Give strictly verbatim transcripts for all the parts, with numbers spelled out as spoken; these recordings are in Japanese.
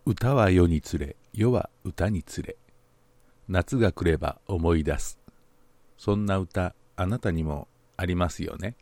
歌は世につれ、世は歌につれ。夏が来れば思い出す。そんな歌、あなたにもありますよね。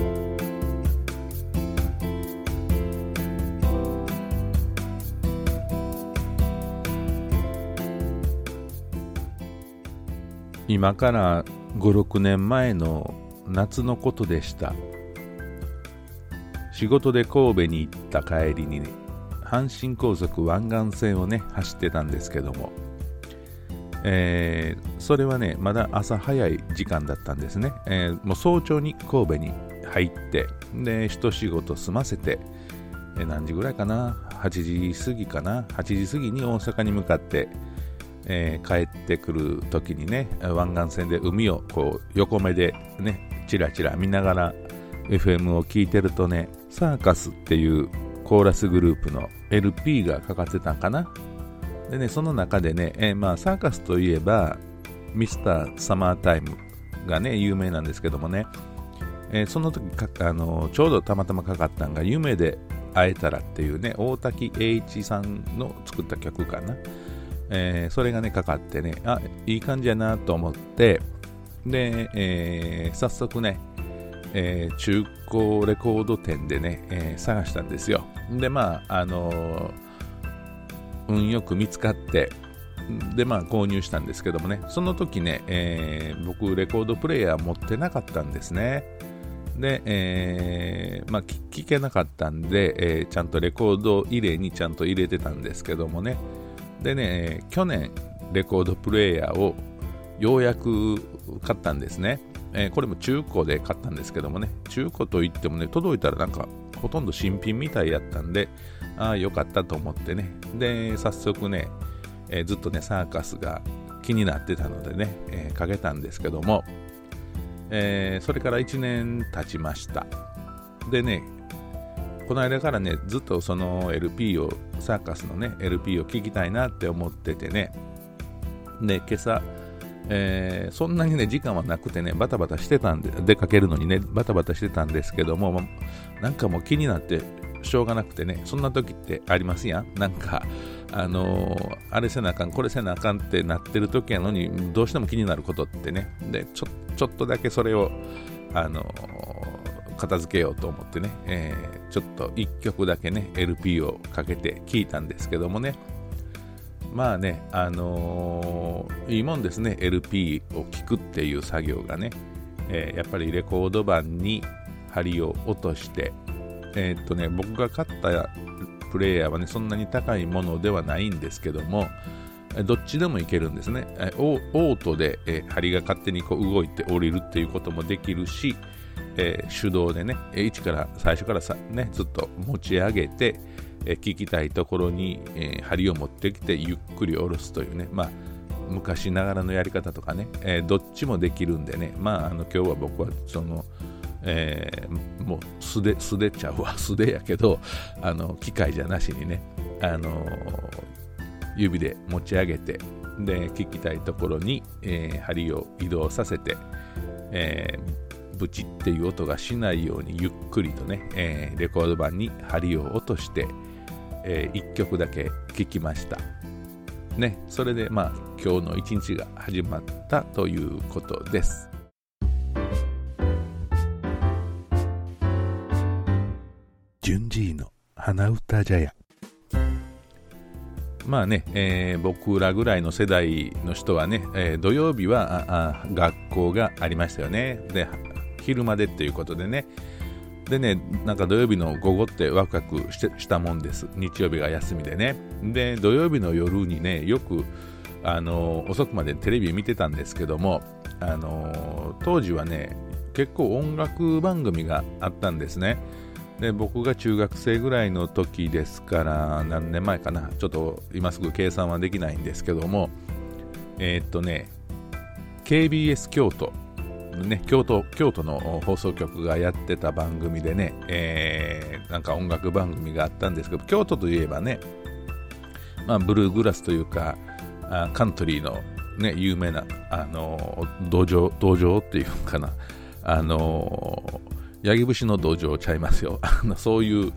今からご、ろくねんまえの夏のことでした。仕事で神戸に行った帰りにね、阪神高速湾岸線をね走ってたんですけども、えー、それはねまだ朝早い時間だったんですね、えー、もう早朝に神戸に入ってで一仕事済ませて、えー、何時ぐらいかなはちじ過ぎかなはちじ過ぎに大阪に向かって、えー、帰ってくる時にね湾岸線で海をこう横目でねチラチラ見ながら エフエム を聞いてるとねサーカスっていうコーラスグループの エルピー がかかってたんかな。でね、その中でね、えー、まあサーカスといえばミスターサマータイムがね有名なんですけどもね、えー、その時かあのちょうどたまたまかかったのが夢で会えたらっていうね大滝栄一さんの作った曲かな、えー、それがねかかってねあいい感じやなと思ってで、えー、早速ねえー、中古レコード店でね、えー、探したんですよ。でまああのー、運よく見つかってでまあ購入したんですけどもねその時ね、えー、僕レコードプレイヤー持ってなかったんですね。で、えー、まあ聞けなかったんで、えー、ちゃんとレコード入れにちゃんと入れてたんですけどもねでね去年レコードプレイヤーをようやく買ったんですね。えー、これも中古で買ったんですけどもね中古といってもね届いたらなんかほとんど新品みたいやったんでああよかったと思ってねで早速ね、えー、ずっとねサーカスが気になってたのでね、えー、かけたんですけども、えー、それからいちねん経ちました。でねこの間からねずっとその エルピー をサーカスのね エルピー を聴きたいなって思っててねで今朝えー、そんなにね時間はなくてねバタバタしてたんで出かけるのにねバタバタしてたんですけどもなんかもう気になってしょうがなくてねそんな時ってありますやんなんかあのー、あれせなあかんこれせなあかんってなってる時やのにどうしても気になることってねでちょ、ちょっとだけそれをあのー、片付けようと思ってね、えー、ちょっといっきょくだけね エルピー をかけて聞いたんですけどもねまあね、あのー、いいもんですね エルピー を聞くっていう作業がね、えー、やっぱりレコード盤に針を落としてえー、っとね僕が買ったプレイヤーはねそんなに高いものではないんですけどもどっちでもいけるんですね。えー、オートで、えー、針が勝手にこう動いて降りるっていうこともできるし、えー、手動でね一から最初からさ、ね、ずっと持ち上げてえ聞きたいところに、えー、針を持ってきてゆっくり下ろすというね、まあ、昔ながらのやり方とかね、えー、どっちもできるんでね、まあ、あの今日は僕はその、えー、もう素で素でちゃうわ素でやけどあの機械じゃなしにね、あのー、指で持ち上げてで聞きたいところに、えー、針を移動させて、えー、ブチっていう音がしないようにゆっくりとね、えー、レコード盤に針を落としてえー、いっきょくだけ聴きましたね。それでまあ今日の一日が始まったということです。順次の花歌茶屋まあね、えー、僕らぐらいの世代の人はね、えー、土曜日はああ学校がありましたよね。で昼までっていうことでねでね、なんか土曜日の午後ってワクワクしてしたもんです。日曜日が休みでね。で、土曜日の夜にね、よく、あのー、遅くまでテレビ見てたんですけども、あのー、当時はね、結構音楽番組があったんですね。で、僕が中学生ぐらいの時ですから、何年前かな、ちょっと今すぐ計算はできないんですけども、えー、っとね、ケービーエス 京都、ね、京都、京都の放送局がやってた番組でね、えー、なんか音楽番組があったんですけど京都といえばね、まあ、ブルーグラスというかあカントリーの、ね、有名な、あの道場、道場っていうかな、あの八木節の道場ちゃいますよそういう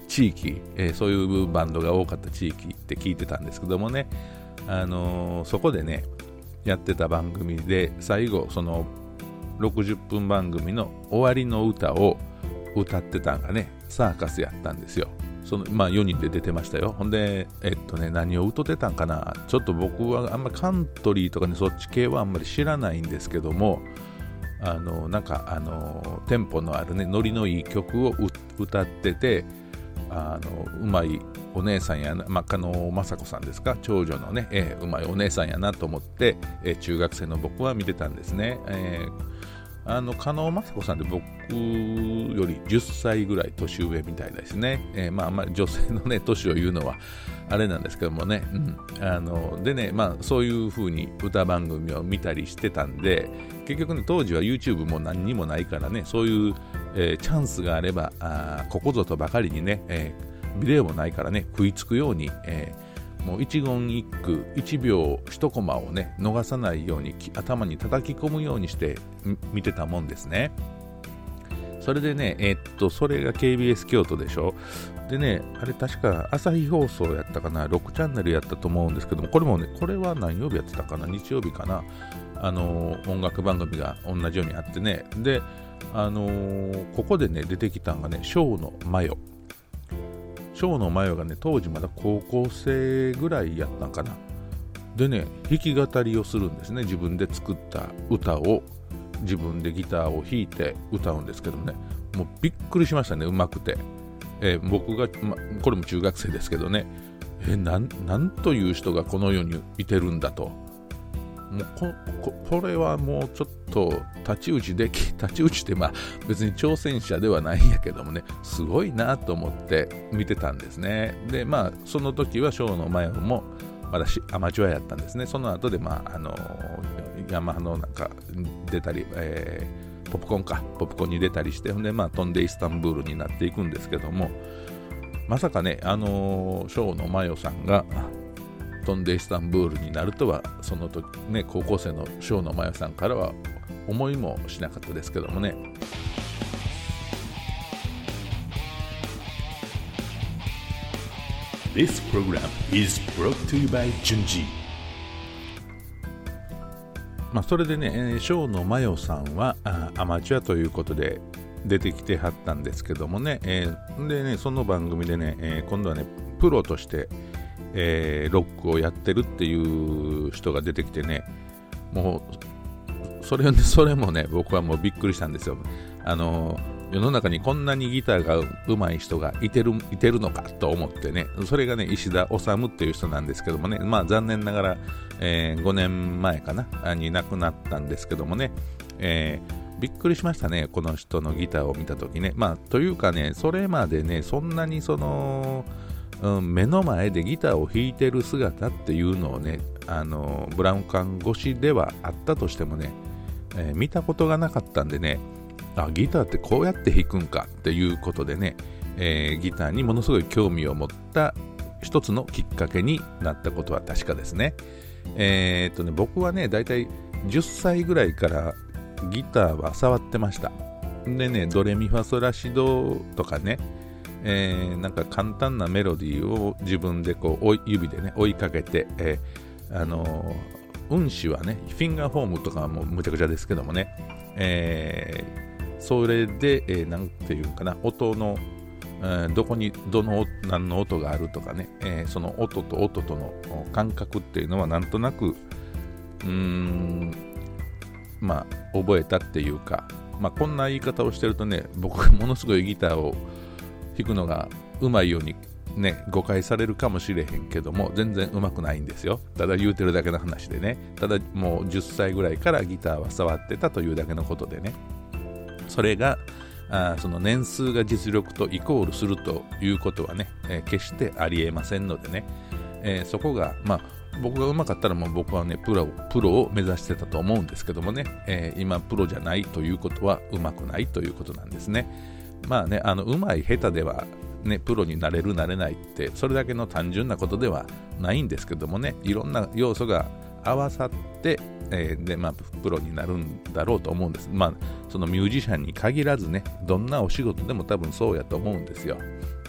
地域、えー、そういうバンドが多かった地域って聞いてたんですけどもね、あのー、そこでねやってた番組で最後そのろくじゅっぷん番組の終わりの歌を歌ってたんがねサーカスやったんですよ。そのまあよにんで出てましたよ。ほんでえっとね何を歌ってたんかな、ちょっと僕はあんまりカントリーとかねそっち系はあんまり知らないんですけども、あのなんかあのテンポのあるねノリのいい曲を歌ってて、あのうまいお姉さんやな、まあ、加納雅子さんですか、長女のね、えー、うまいお姉さんやなと思って、えー、中学生の僕は見てたんですね。えーあの加納雅子さんって僕よりじゅっさいぐらい年上みたいですね。えー、まああんまり女性のね年を言うのはあれなんですけどもね、うん、あのでね、まあそういう風に歌番組を見たりしてたんで、結局ね当時は YouTube も何にもないからね、そういう、えー、チャンスがあればあここぞとばかりにね、えー、ビデオもないからね食いつくように、えーもう一言一句一秒一コマをね逃さないように頭に叩き込むようにして見てたもんですね。それでねえー、っとそれが ケービーエス 京都でしょ。でねあれ確か朝日放送やったかな、ろくチャンネルやったと思うんですけども、これもねこれは何曜日やってたかな、日曜日かな、あのー、音楽番組が同じようにあってね、であのー、ここでね出てきたんがね生野真世生野真世がね当時まだ高校生ぐらいやったんかな。でね弾き語りをするんですね。自分で作った歌を自分でギターを弾いて歌うんですけどもね、もうびっくりしましたね、うまくて、えー、僕が、ま、これも中学生ですけどね、えー、なんなんという人がこの世にいてるんだと、もう こ, こ, これはもうちょっと太刀打ちでき太刀打ちってまあ別に挑戦者ではないんやけどもね、すごいなと思って見てたんですね。でまあその時は生野真世もまだアマチュアやったんですね。その後でまああのヤマハのなんか出たり、えー、ポップコーンかポップコーンに出たりして、ほんでまあ飛んでイスタンブールになっていくんですけども、まさかねあの生野真世さんが飛んでイスタンブールになるとはその時ね高校生の生野真世さんからは思いもしなかったですけどもね。 This program is brought to you by 順次。 まあそれでね、えー、生野真世さんはアマチュアということで出てきてはったんですけどもね、えー、でねその番組でね、えー、今度はねプロとしてえー、ロックをやってるっていう人が出てきてね、もうそれ, それもね僕はもうびっくりしたんですよ。あの世の中にこんなにギターが上手い人がいてるいてるのかと思ってね、それがね石田治っていう人なんですけどもね、まあ残念ながら、えー、ごねんまえかなに亡くなったんですけどもね、えー、びっくりしましたねこの人のギターを見たときね。まあというかねそれまでねそんなにそのうん、目の前でギターを弾いてる姿っていうのをね、あのブラウン管越しではあったとしてもね、えー、見たことがなかったんでね、あギターってこうやって弾くんかっていうことでね、えー、ギターにものすごい興味を持った一つのきっかけになったことは確かですね。えー、っとね僕はねだいたいじゅっさいぐらいからギターは触ってました。でねドレミファソラシドとかね、えー、なんか簡単なメロディーを自分でこう指でね追いかけて、えー、あのー、運指はねフィンガーフォームとかはもうむちゃくちゃですけどもね、えー、それで、えー、なんていうかな音の、えー、どこにどの何の音があるとかね、えー、その音と音との感覚っていうのはなんとなくうーんまあ覚えたっていうか、まあこんな言い方をしてるとね僕がものすごいギターを弾くのがうまいようにね誤解されるかもしれへんけども、全然うまくないんですよ。ただ言うてるだけの話でね、ただもうじゅっさいぐらいからギターは触ってたというだけのことでね、それがあその年数が実力とイコールするということはね、えー、決してありえませんのでね、えー、そこがまあ僕がうまかったらもう僕はねプロプロを目指してたと思うんですけどもね、えー、今プロじゃないということはうまくないということなんですね。まあね、あのうまい下手では、ね、プロになれるなれないってそれだけの単純なことではないんですけどもね、いろんな要素が合わさって、えーでまあ、プロになるんだろうと思うんです。まあそのミュージシャンに限らずね、どんなお仕事でも多分そうやと思うんですよ。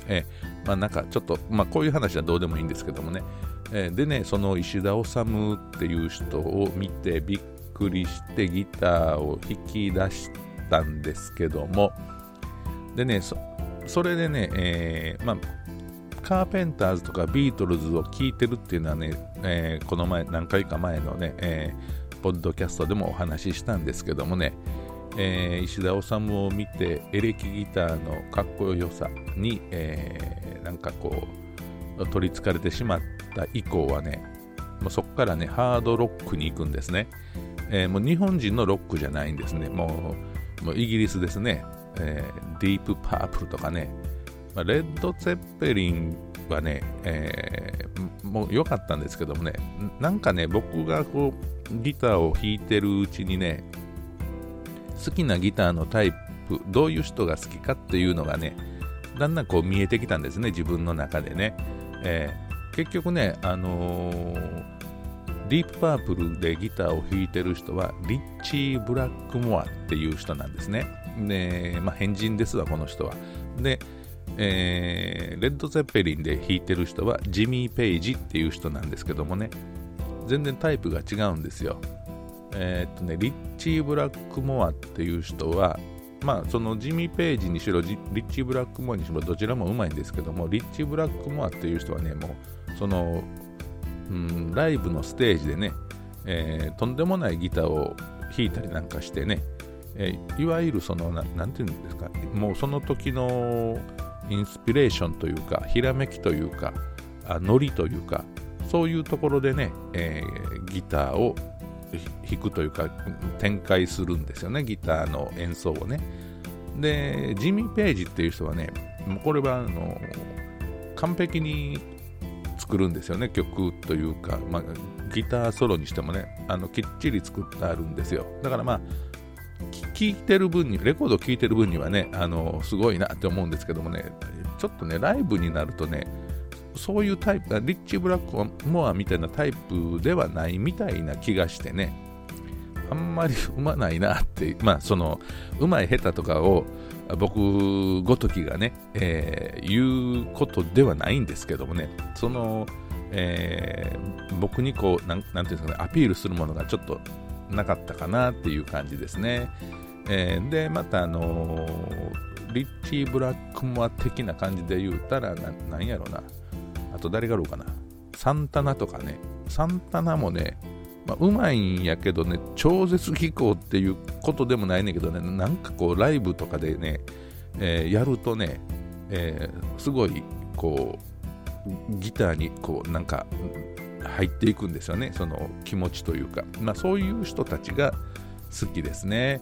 えーまあ、なんかちょっと、まあ、こういう話はどうでもいいんですけどもね、えー、でね、その石田治っていう人を見てびっくりしてギターを弾き出したんですけども、でね、そ, それでね、えーまあ、カーペンターズとかビートルズを聴いてるっていうのはね、えー、この前何回か前のね、えー、ポッドキャストでもお話ししたんですけどもね、えー、石田治を見てエレキギターのかっこよさに、えー、なんかこう取りつかれてしまった以降はね、もうそこからねハードロックに行くんですね、えー、もう日本人のロックじゃないんですね。もう、もうイギリスですね、えー、ディープパープルとかね、まあ、レッド・ツェッペリンはね、えー、もう良かったんですけどもね、なんかね僕がこうギターを弾いてるうちにね、好きなギターのタイプ、どういう人が好きかっていうのがね、だんだんこう見えてきたんですね、自分の中でね。えー、結局ね、あのー、ディープパープルでギターを弾いてる人はリッチー・ブラックモアっていう人なんですね。で、まあ、変人ですわこの人は。で、えー、レッド・ゼッペリンで弾いてる人はジミー・ペイジっていう人なんですけどもね、全然タイプが違うんですよ。えーっとね、リッチー・ブラックモアっていう人は、まあそのジミー・ペイジにしろリッチー・ブラックモアにしろどちらもうまいんですけども、リッチー・ブラックモアっていう人はね、もうその、うん、ライブのステージでね、えー、とんでもないギターを弾いたりなんかしてね、えー、いわゆるその な, なんていうんですか、もうその時のインスピレーションというかひらめきというかあノリというか、そういうところでね、えー、ギターを弾くというか展開するんですよね、ギターの演奏をね。でジミー・ペイジっていう人はね、もうこれはあの完璧に作るんですよね、曲というか、まあ、ギターソロにしてもね、あのきっちり作ってあるんですよ。だからまあ聴いてる分に、レコード聴いてる分にはね、あのすごいなって思うんですけどもね、ちょっとねライブになるとね、そういうタイプ、リッチー・ブラックモアみたいなタイプではないみたいな気がしてね、あんまりうまないなって、まあそのうまい下手とかを僕ごときがね、えー、言うことではないんですけどもね、その、えー、僕にこうなん、なんていうんですかね、アピールするものがちょっとなかったかなっていう感じですね。えー、でまたあのー、リッチー・ブラックモア的な感じで言うたら な, なんやろなあと誰があろうかな、サンタナとかね、サンタナもね、まあ、うまいんやけどね、超絶技巧っていうことでもないねんけどね、なんかこうライブとかでね、えー、やるとね、えー、すごいこうギターにこうなんか入っていくんですよね、その気持ちというか、まあ、そういう人たちが好きですね。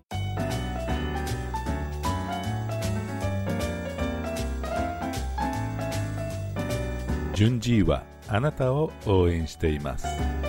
順次はあなたを応援しています。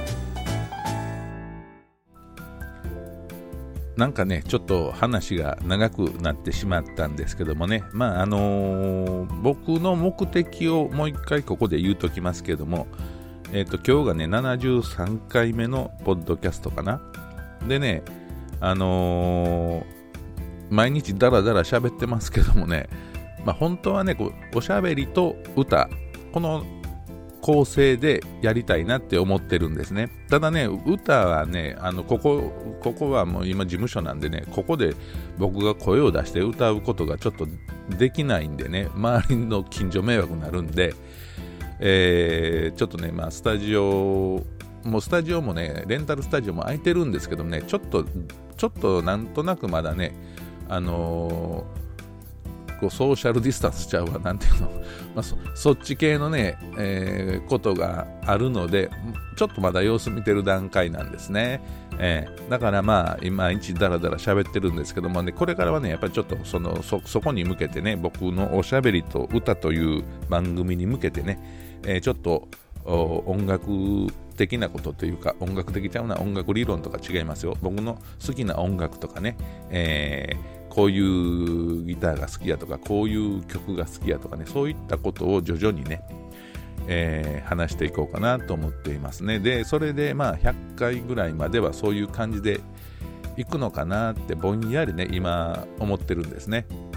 なんかねちょっと話が長くなってしまったんですけどもね、まああのー、僕の目的をもう一回ここで言うときますけども、えっと今日がねななじゅうさんかいめのポッドキャストかな。でね、あのー、毎日ダラダラ喋ってますけどもね、まあ本当はねこうおしゃべりと歌、この構成でやりたいなって思ってるんですね。ただね、歌はね、あのここここはもう今事務所なんでね、ここで僕が声を出して歌うことがちょっとできないんでね、周りの近所迷惑になるんで、えー、ちょっとね、まあスタジオもうスタジオもね、レンタルスタジオも空いてるんですけどもね、ちょっとちょっとなんとなくまだね、あのーソーシャルディスタンスちゃうわ、なんていうの、まあ、そ, そっち系のね、えー、ことがあるので、ちょっとまだ様子見てる段階なんですね。えー、だからまあ今一ダラダラ喋ってるんですけどもね、これからはねやっぱりちょっとその そ, そこに向けてね、僕のおしゃべりと歌という番組に向けてね、えー、ちょっと音楽的なことというか、音楽的ちゃうな、音楽理論とか違いますよ。僕の好きな音楽とかね、えーこういうギターが好きやとか、こういう曲が好きやとかね、そういったことを徐々にね、えー、話していこうかなと思っていますね。で、それでまあひゃっかいぐらいまではそういう感じでいくのかなってぼんやりね今思ってるんですね。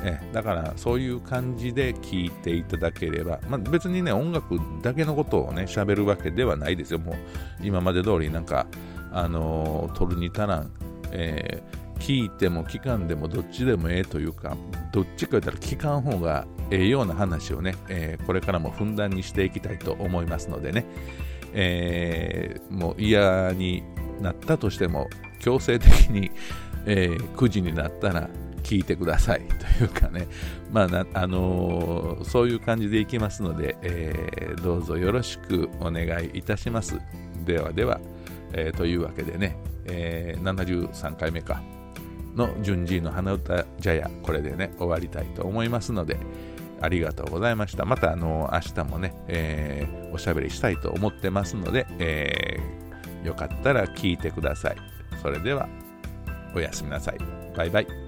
えだからそういう感じで聞いていただければ、まあ、別にね音楽だけのことをね喋るわけではないですよ。もう今まで通りなんかあのー、取るに足らん、えー、聞いても聞かんでもどっちでもええというか、どっちか言ったら聞かん方がええような話をね、えー、これからもふんだんにしていきたいと思いますのでね、えー、もう嫌になったとしても強制的に、えー、くじになったら聞いてくださいというかね、まあなあのー、そういう感じでいきますので、えー、どうぞよろしくお願いいたします。ではでは、えー、というわけでね、えー、ななじゅうさんかいめかの順次の花歌茶屋、これでね終わりたいと思いますので、ありがとうございました。またあのー、明日もね、えー、おしゃべりしたいと思ってますので、えー、よかったら聞いてください。それではおやすみなさい。バイバイ。